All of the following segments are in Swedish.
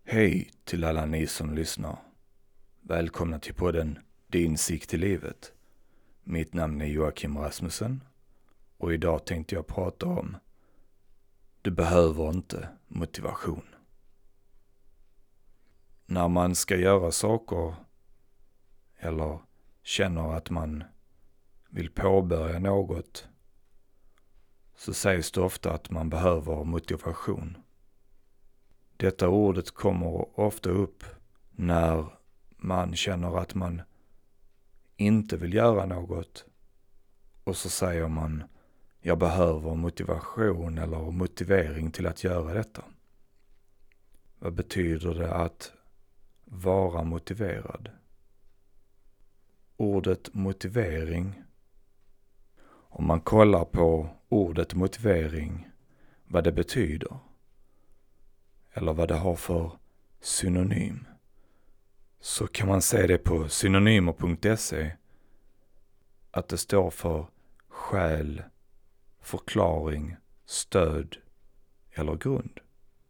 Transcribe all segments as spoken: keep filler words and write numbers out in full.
Hej till alla ni som lyssnar. Välkomna till podden Din sikt i livet. Mitt namn är Joakim Rasmussen och idag tänkte jag prata om du behöver inte motivation. När man ska göra saker eller känner att man vill påbörja något så sägs det ofta att man behöver motivation. Detta ordet kommer ofta upp när man känner att man inte vill göra något och så säger man jag behöver motivation eller motivering till att göra detta. Vad betyder det att vara motiverad? Ordet motivering, om man kollar på ordet motivering, vad det betyder eller vad det har för synonym, så kan man se det på synonymer punkt se att det står för skäl, förklaring, stöd eller grund.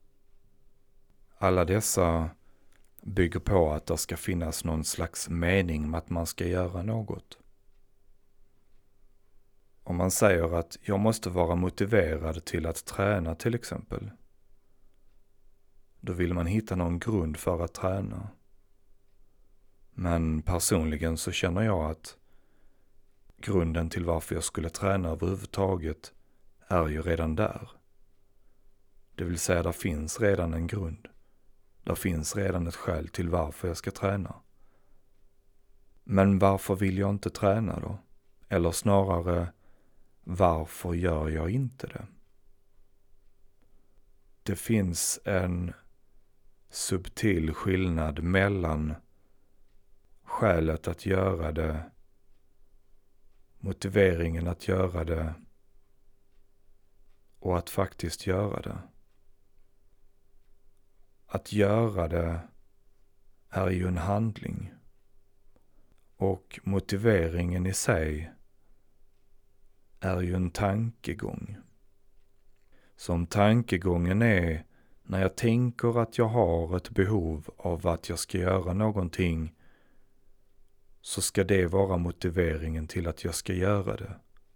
Alla dessa bygger på att det ska finnas någon slags mening med att man ska göra något. Om man säger att jag måste vara motiverad till att träna till exempel, då vill man hitta någon grund för att träna. Men personligen så känner jag att grunden till varför jag skulle träna överhuvudtaget är ju redan där. Det vill säga, där finns redan en grund. Där finns redan ett skäl till varför jag ska träna. Men varför vill jag inte träna då? Eller snarare, varför gör jag inte det? Det finns en subtil skillnad mellan skälet att göra det, motiveringen att göra det och att faktiskt göra det. Att göra det är ju en handling och motiveringen i sig är ju en tankegång. Som tankegången är när jag tänker att jag har ett behov av att jag ska göra någonting, så ska det vara motiveringen till att jag ska göra det.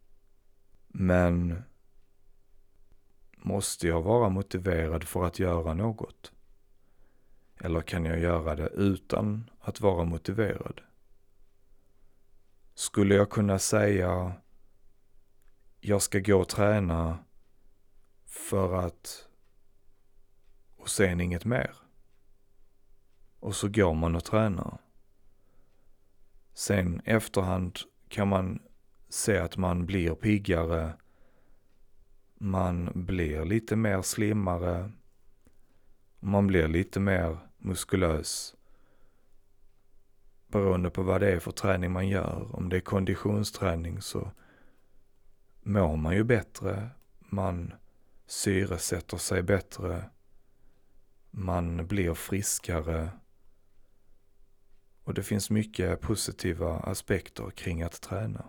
Men måste jag vara motiverad för att göra något? Eller kan jag göra det utan att vara motiverad? Skulle jag kunna säga jag ska gå och träna för att och sen inget mer? Och så går man och tränar. Sen efterhand kan man se att man blir piggare, man blir lite mer slimmare, man blir lite mer muskulös beroende på vad det är för träning man gör. Om det är konditionsträning så mår man ju bättre, man syresätter sig bättre, man blir friskare. Och det finns mycket positiva aspekter kring att träna.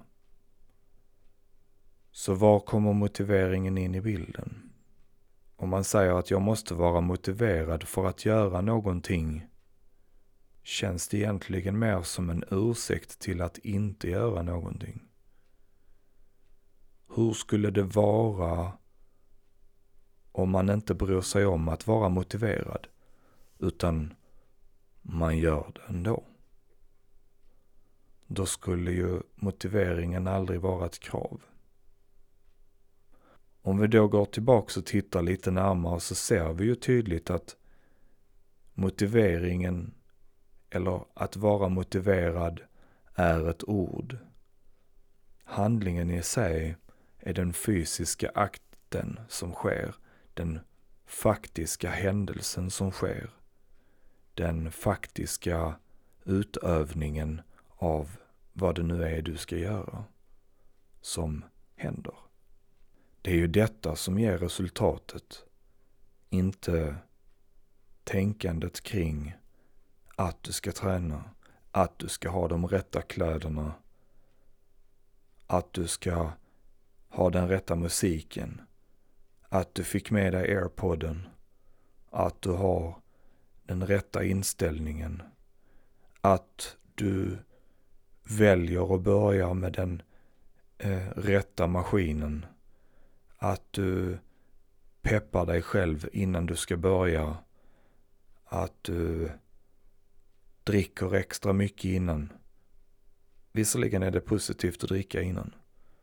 Så var kommer motiveringen in i bilden? Om man säger att jag måste vara motiverad för att göra någonting, känns det egentligen mer som en ursäkt till att inte göra någonting. Hur skulle det vara om man inte bryr sig om att vara motiverad, utan man gör det ändå? Då skulle ju motiveringen aldrig vara ett krav. Om vi då går tillbaka och tittar lite närmare, så ser vi ju tydligt att motiveringen, eller att vara motiverad, är ett ord. Handlingen i sig är den fysiska akten som sker, den faktiska händelsen som sker, den faktiska utövningen av vad det nu är du ska göra som händer. Det är ju detta som ger resultatet, inte tänkandet kring att du ska träna, att du ska ha de rätta kläderna, att du ska ha den rätta musiken, att du fick med dig AirPodden, att du har den rätta inställningen. Att du väljer att börja med den eh, rätta maskinen. Att du peppar dig själv innan du ska börja. Att du dricker extra mycket innan. Visserligen är det positivt att dricka innan.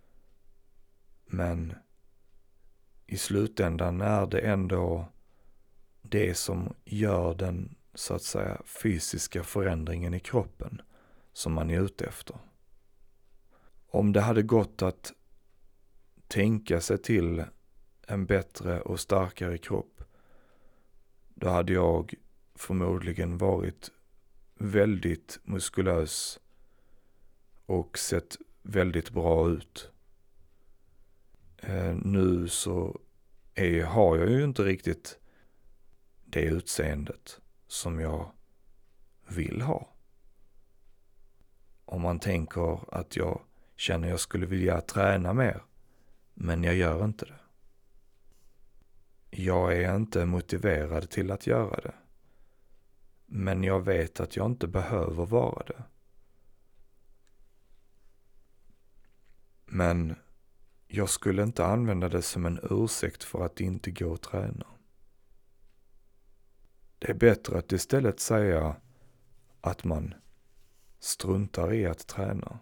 Men i slutändan är det ändå det som gör den, så att säga, fysiska förändringen i kroppen som man är ute efter. Om det hade gått att tänka sig till en bättre och starkare kropp, då hade jag förmodligen varit väldigt muskulös och sett väldigt bra ut. Eh, nu så är, har jag ju inte riktigt det utseendet som jag vill ha. Om man tänker att jag känner jag skulle vilja träna mer, men jag gör inte det. Jag är inte motiverad till att göra det. Men jag vet att jag inte behöver vara det. Men jag skulle inte använda det som en ursäkt för att inte gå och träna. Det är bättre att istället säga att man struntar i att träna.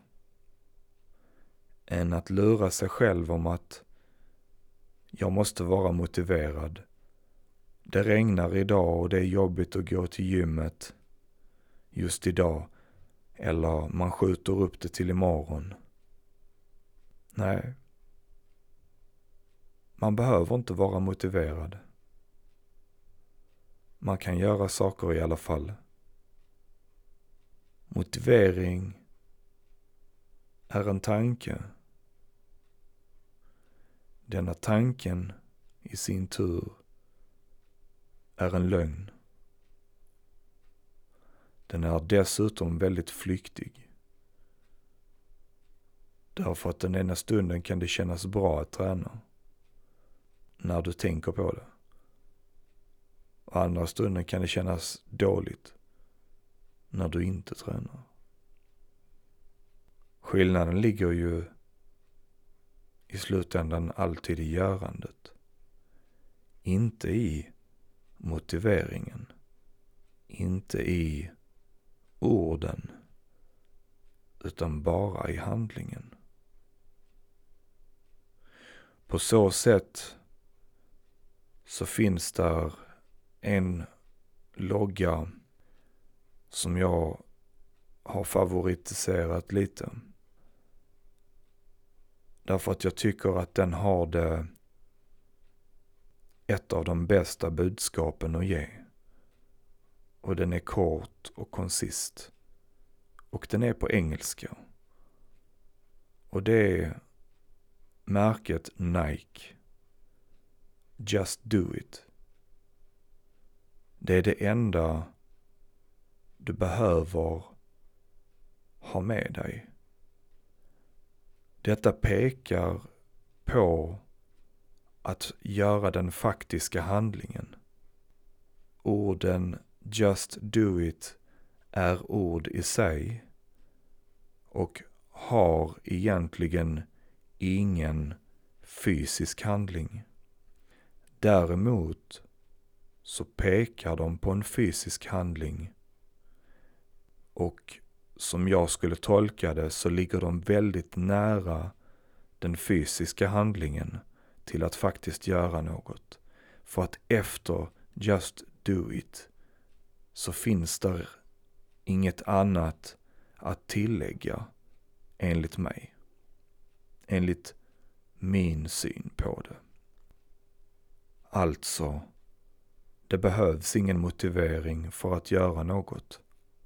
Än att lura sig själv om att jag måste vara motiverad. Det regnar idag och det är jobbigt att gå till gymmet just idag. Eller man skjuter upp det till imorgon. Nej. Man behöver inte vara motiverad. Man kan göra saker i alla fall. Motivering är en tanke. Denna tanken i sin tur är en lögn. Den är dessutom väldigt flyktig. Därför att den ena stunden kan det kännas bra att träna. När du tänker på det. Och andra stunden kan det kännas dåligt. När du inte tränar. Skillnaden ligger ju i slutändan alltid i görandet. Inte i motiveringen. Inte i orden. Utan bara i handlingen. På så sätt så finns där en logga som jag har favoritiserat lite. Därför att jag tycker att den har det ett av de bästa budskapen att ge. Och den är kort och konsist. Och den är på engelska. Och det är märket Nike. Just do it. Det är det enda du behöver ha med dig. Detta pekar på att göra den faktiska handlingen. Orden just do it är ord i sig och har egentligen ingen fysisk handling. Däremot så pekar de på en fysisk handling och som jag skulle tolka det så ligger de väldigt nära den fysiska handlingen till att faktiskt göra något. För att efter just do it så finns där inget annat att tillägga enligt mig. Enligt min syn på det. Alltså, det behövs ingen motivering för att göra något.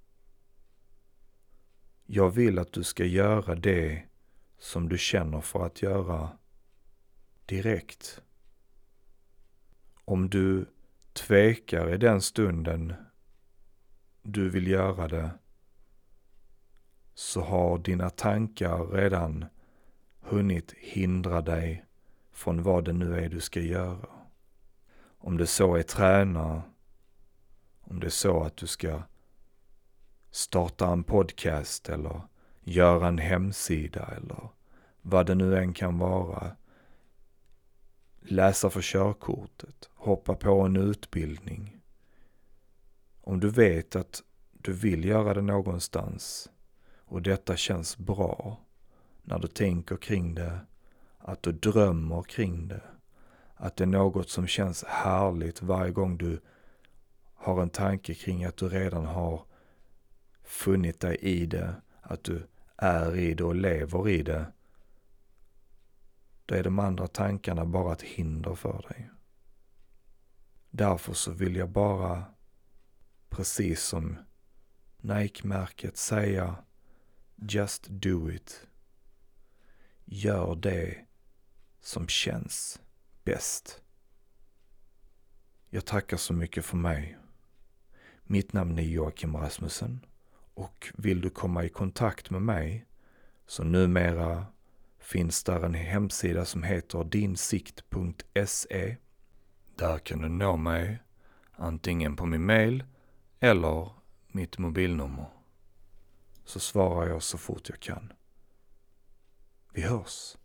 Jag vill att du ska göra det som du känner för att göra direkt. Om du tvekar i den stunden du vill göra det så har dina tankar redan hunnit hindra dig från vad det nu är du ska göra. Om det så är träna, Om det är så att du ska starta en podcast eller göra en hemsida eller vad det nu än kan vara. Läsa för körkortet, hoppa på en utbildning. Om du vet att du vill göra det någonstans och detta känns bra när du tänker kring det, att du drömmer kring det, att det är något som känns härligt varje gång du har en tanke kring att du redan har funnit dig i det, att du är i det och lever i det, då är de andra tankarna bara ett hinder för dig. Därför så vill jag bara, precis som Nike-märket, säga just do it. Gör det som känns bäst. Jag tackar så mycket för mig. Mitt namn är Joakim Rasmussen och vill du komma i kontakt med mig så numera finns där en hemsida som heter dinsikt punkt se. Där kan du nå mig antingen på min mail eller mitt mobilnummer. Så svarar jag så fort jag kan. Vi hörs.